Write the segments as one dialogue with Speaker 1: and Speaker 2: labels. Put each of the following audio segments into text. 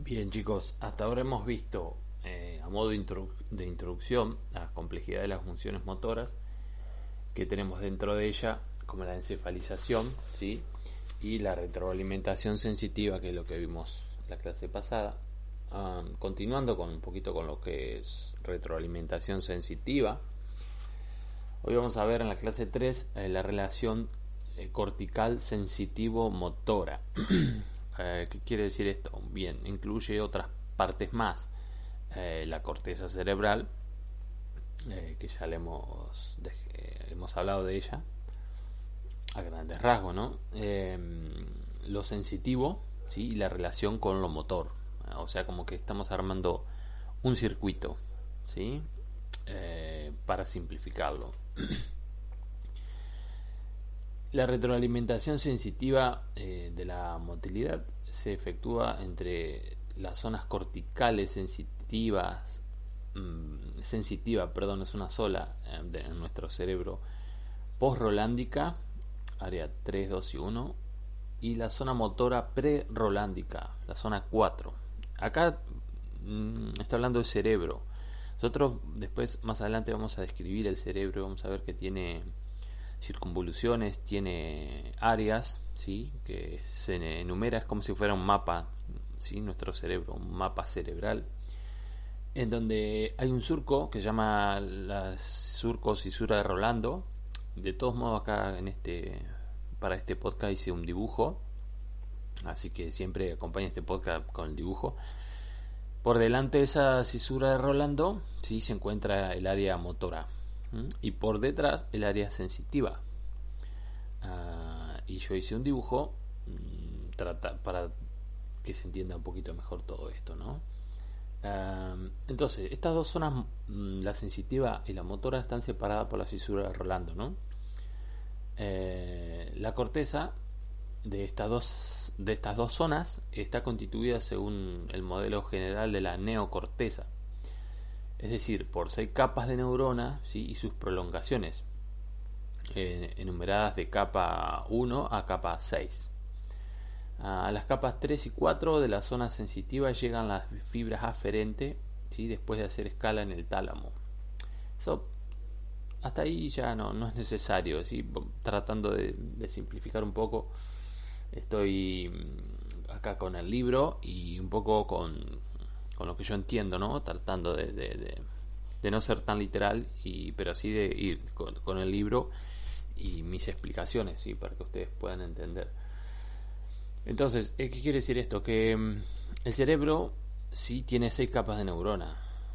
Speaker 1: Bien, chicos, hasta ahora hemos visto a modo de introducción la complejidad de las funciones motoras que tenemos dentro de ella, como la encefalización, ¿sí? Y la retroalimentación sensitiva, que es lo que vimos la clase pasada. Continuando con un poquito con lo que es retroalimentación sensitiva, hoy vamos a ver en la clase 3 la relación cortical sensitivo-motora. ¿Qué quiere decir esto? Bien, incluye otras partes más. La corteza cerebral, que ya hemos hablado de ella a grandes rasgos, ¿no? Lo sensitivo, ¿sí? Y la relación con lo motor. O sea, como que estamos armando un circuito, ¿sí? Para simplificarlo. La retroalimentación sensitiva de la motilidad se efectúa entre las zonas corticales sensitiva, es una sola en nuestro cerebro post-rolándica, área 3, 2 y 1, y la zona motora pre-rolándica, la zona 4. Acá está hablando del cerebro. Nosotros después, más adelante, vamos a describir el cerebro, vamos a ver que tiene circunvoluciones, tiene áreas, ¿sí? Que se enumera, es como si fuera un mapa, ¿sí? Nuestro cerebro, un mapa cerebral, en donde hay un surco que se llama la surco-cisura de Rolando. De todos modos, acá para este podcast hice un dibujo, así que siempre acompaña este podcast con el dibujo. Por delante de esa cisura de Rolando, ¿sí? Se encuentra el área motora, y por detrás el área sensitiva. Y yo hice un dibujo para que se entienda un poquito mejor todo esto, ¿no? Entonces, estas dos zonas, la sensitiva y la motora, están separadas por la cisura de Rolando, ¿no? La corteza de estas dos zonas está constituida según el modelo general de la neocorteza, es decir, por 6 capas de neuronas, ¿sí? Y sus prolongaciones, enumeradas de capa 1 a capa 6. A las capas 3 y 4 de la zona sensitiva llegan las fibras aferentes, ¿sí? Después de hacer escala en el tálamo. Eso, hasta ahí ya no es necesario, ¿sí? Tratando de simplificar un poco. Estoy acá con el libro y un poco con lo que yo entiendo, ¿no? Tratando de no ser tan literal, pero sí de ir con el libro y mis explicaciones, ¿sí? Para que ustedes puedan entender. Entonces, ¿qué quiere decir esto? Que el cerebro sí tiene 6 capas de neurona,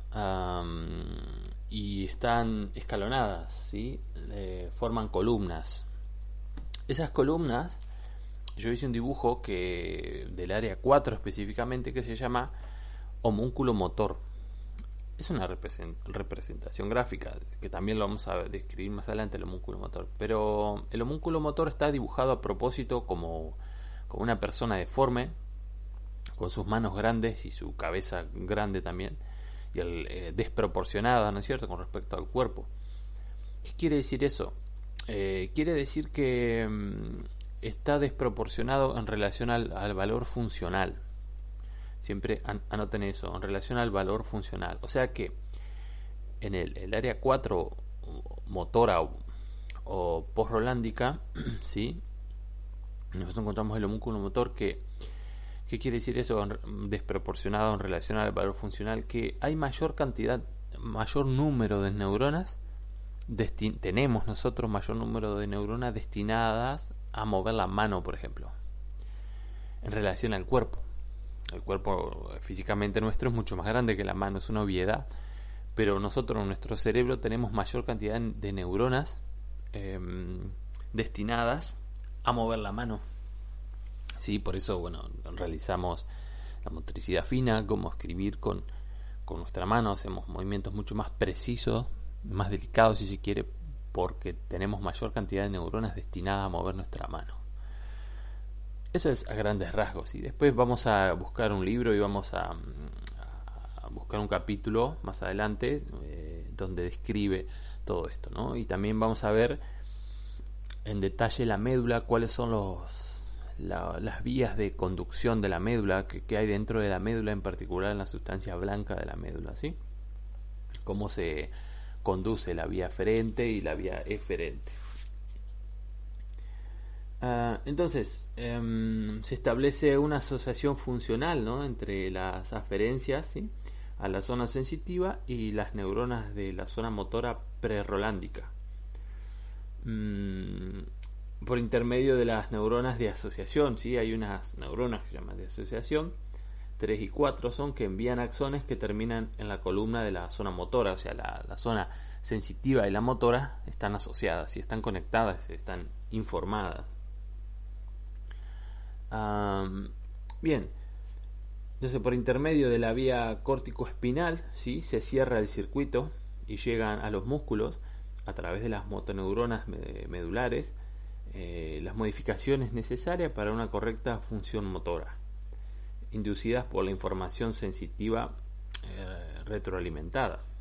Speaker 1: y están escalonadas, ¿sí? Forman columnas. Esas columnas, yo hice un dibujo del área 4 específicamente, que se llama homúnculo motor. Es una representación gráfica, que también lo vamos a describir más adelante, el homúnculo motor. Pero el homúnculo motor está dibujado a propósito como una persona deforme, con sus manos grandes y su cabeza grande también, y desproporcionada, ¿no es cierto?, con respecto al cuerpo. ¿Qué quiere decir eso? Quiere decir que está desproporcionado en relación al valor funcional. Siempre anoten eso, en relación al valor funcional. O sea que en el área 4 motora o post-rolándica, ¿sí? Nosotros encontramos el homúnculo motor. ¿Qué quiere decir eso? Desproporcionado en relación al valor funcional, que hay mayor número de neuronas, tenemos nosotros mayor número de neuronas destinadas a mover la mano, por ejemplo, en relación al cuerpo. El cuerpo físicamente nuestro es mucho más grande que la mano, es una obviedad, pero nosotros en nuestro cerebro tenemos mayor cantidad de neuronas destinadas a mover la mano, ¿sí? Por eso, realizamos la motricidad fina, como escribir con nuestra mano, hacemos movimientos mucho más precisos, más delicados si se quiere, porque tenemos mayor cantidad de neuronas destinadas a mover nuestra mano. Eso es a grandes rasgos, y después vamos a buscar un libro y vamos a buscar un capítulo más adelante donde describe todo esto, ¿no? Y también vamos a ver en detalle la médula, cuáles son las vías de conducción de la médula que hay dentro de la médula, en particular en la sustancia blanca de la médula, ¿sí? Cómo se conduce la vía aferente y la vía eferente. Entonces, se establece una asociación funcional, ¿no?, entre las aferencias, ¿sí?, a la zona sensitiva y las neuronas de la zona motora prerolándica, por intermedio de las neuronas de asociación, ¿sí? Hay unas neuronas que se llaman de asociación, 3 y 4 son, que envían axones que terminan en la columna de la zona motora, o sea, la zona sensitiva y la motora están asociadas, ¿sí?, están conectadas, están informadas. Bien, entonces por intermedio de la vía córtico-espinal, ¿sí?, se cierra el circuito y llegan a los músculos a través de las motoneuronas medulares las modificaciones necesarias para una correcta función motora, inducidas por la información sensitiva retroalimentada.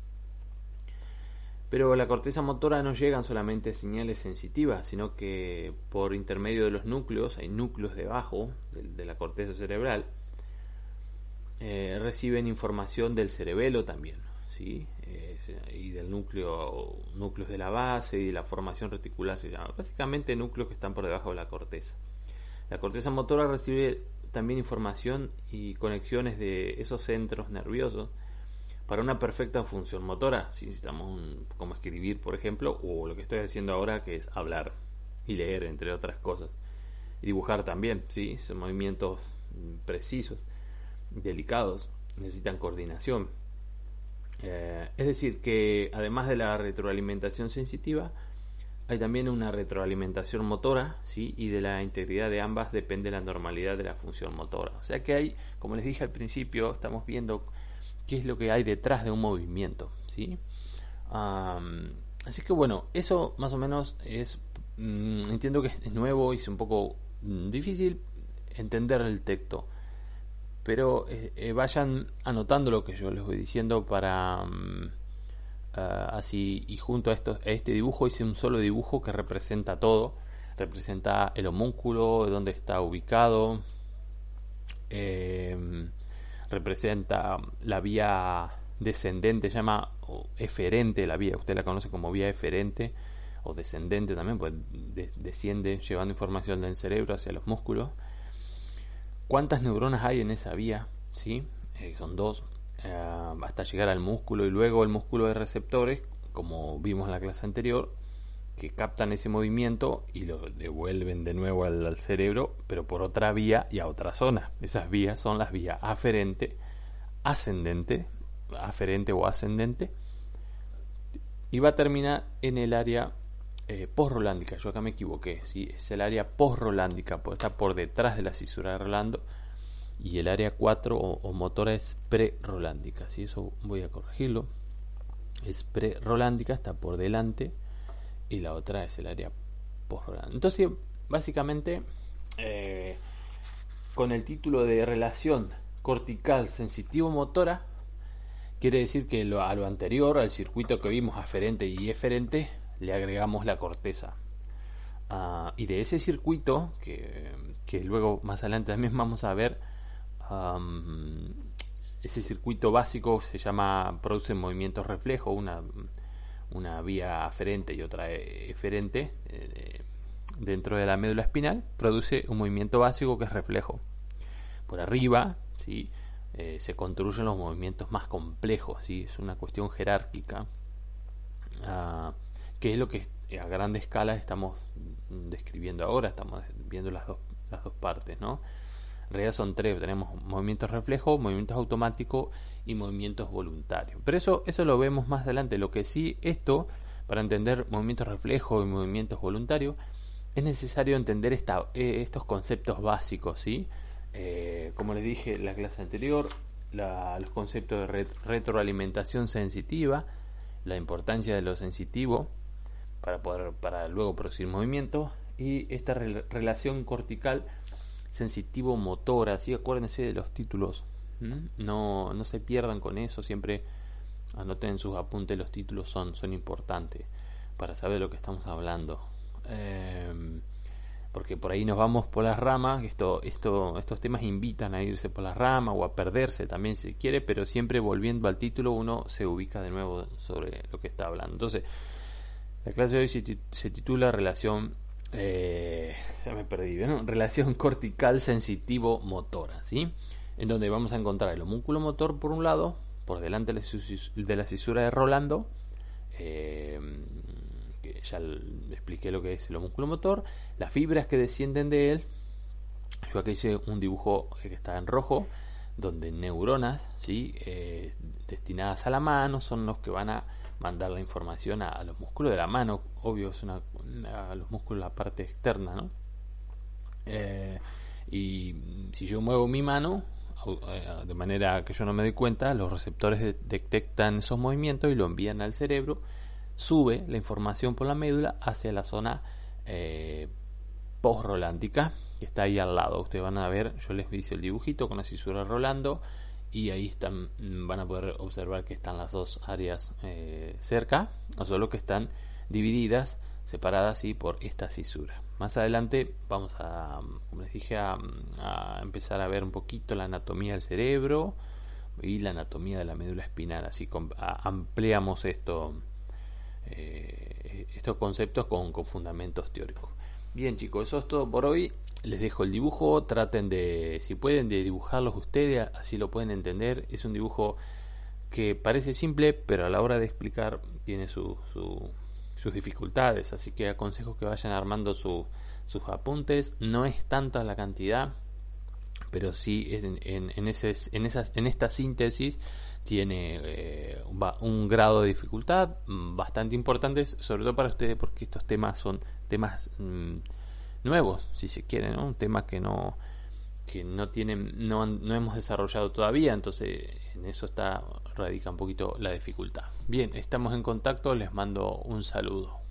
Speaker 1: Pero la corteza motora no llegan solamente señales sensitivas, sino que por intermedio de los núcleos, hay núcleos debajo de la corteza cerebral, reciben información del cerebelo también, ¿sí? Y del núcleos de la base y de la formación reticular, se llama. Básicamente núcleos que están por debajo de la corteza. La corteza motora recibe también información y conexiones de esos centros nerviosos para una perfecta función motora. Si necesitamos como escribir, por ejemplo, o lo que estoy haciendo ahora, que es hablar y leer, entre otras cosas, y dibujar también, ¿sí? Son movimientos precisos, delicados, necesitan coordinación. Es decir, que además de la retroalimentación sensitiva, hay también una retroalimentación motora, ¿sí? Y de la integridad de ambas depende la normalidad de la función motora. O sea que hay, como les dije al principio, estamos viendo qué es lo que hay detrás de un movimiento, ¿sí? Así que bueno, eso más o menos es, entiendo que es nuevo y es un poco difícil entender el texto, pero vayan anotando lo que yo les voy diciendo para así, y junto a este dibujo hice un solo dibujo que representa todo, representa el homúnculo, dónde está ubicado, representa la vía descendente, se llama eferente la vía, usted la conoce como vía eferente o descendente también, pues desciende llevando información del cerebro hacia los músculos. ¿Cuántas neuronas hay en esa vía? ¿Sí? Son 2, hasta llegar al músculo, y luego el músculo de receptores, como vimos en la clase anterior, que captan ese movimiento y lo devuelven de nuevo al cerebro, pero por otra vía y a otra zona. Esas vías son las vías aferente, ascendente, aferente o ascendente, y va a terminar en el área posrolándica. Yo acá me equivoqué, ¿sí? Es el área posrolándica, está por detrás de la cisura de Rolando, y el área 4 o motora es prerolándica, ¿sí? Eso voy a corregirlo. Es prerolándica, está por delante, y la otra es el área posrolándica. Entonces, básicamente, con el título de relación cortical sensitivo-motora, quiere decir que a lo anterior, al circuito que vimos aferente y eferente, le agregamos la corteza. Y de ese circuito, que luego más adelante también vamos a ver, ese circuito básico produce movimientos reflejos, una vía aferente y otra eferente dentro de la médula espinal, produce un movimiento básico que es reflejo. Por arriba, ¿sí?, se construyen los movimientos más complejos, ¿sí? Es una cuestión jerárquica, que es lo que a grande escala estamos describiendo ahora. Estamos viendo las dos partes, ¿no? En realidad son 3, tenemos movimientos reflejos, movimientos automáticos y movimientos voluntarios. Pero eso lo vemos más adelante. Lo que sí, para entender movimientos reflejos y movimientos voluntarios, es necesario entender estos conceptos básicos, ¿sí? Como les dije en la clase anterior, los conceptos de retroalimentación sensitiva, la importancia de lo sensitivo para luego producir movimiento, y esta relación cortical sensitivo-motora, ¿sí? Acuérdense de los títulos, no se pierdan con eso, siempre anoten en sus apuntes, los títulos son importantes para saber de lo que estamos hablando. porque por ahí nos vamos por las ramas. Estos temas invitan a irse por las ramas o a perderse también si quiere, pero siempre volviendo al título uno se ubica de nuevo sobre lo que está hablando. Entonces, la clase de hoy se titula relación, ya me perdí, ¿no? Relación cortical sensitivo motora, ¿sí? En donde vamos a encontrar el homúnculo motor por un lado, por delante de la cisura de Rolando, que ya expliqué lo que es el homúnculo motor, las fibras que descienden de él. Yo aquí hice un dibujo que está en rojo, donde neuronas, ¿sí? Destinadas a la mano son los que van a mandar la información a los músculos de la mano, obvio, es a los músculos la parte externa, ¿no? Y si yo muevo mi mano de manera que yo no me doy cuenta, los receptores detectan esos movimientos y lo envían al cerebro. Sube la información por la médula hacia la zona postrolántica, que está ahí al lado. Ustedes van a ver, yo les hice el dibujito con la cisura rolando, y ahí van a poder observar que están las dos áreas cerca, o solo que están divididas, separadas, ¿sí? Por esta cisura. Más adelante vamos a, como les dije, a empezar a ver un poquito la anatomía del cerebro y la anatomía de la médula espinal, así ampliamos estos conceptos con fundamentos teóricos. Bien, chicos, eso es todo por hoy. Les dejo el dibujo, traten de, si pueden, de dibujarlos ustedes, así lo pueden entender. Es un dibujo que parece simple, pero a la hora de explicar tiene sus dificultades, así que aconsejo que vayan armando sus apuntes. No es tanta la cantidad, pero sí en esta síntesis tiene un grado de dificultad bastante importante, sobre todo para ustedes, porque estos temas son temas nuevos, si se quiere, ¿no? Un tema que no hemos desarrollado todavía, entonces en eso radica un poquito la dificultad. Bien, estamos en contacto, les mando un saludo.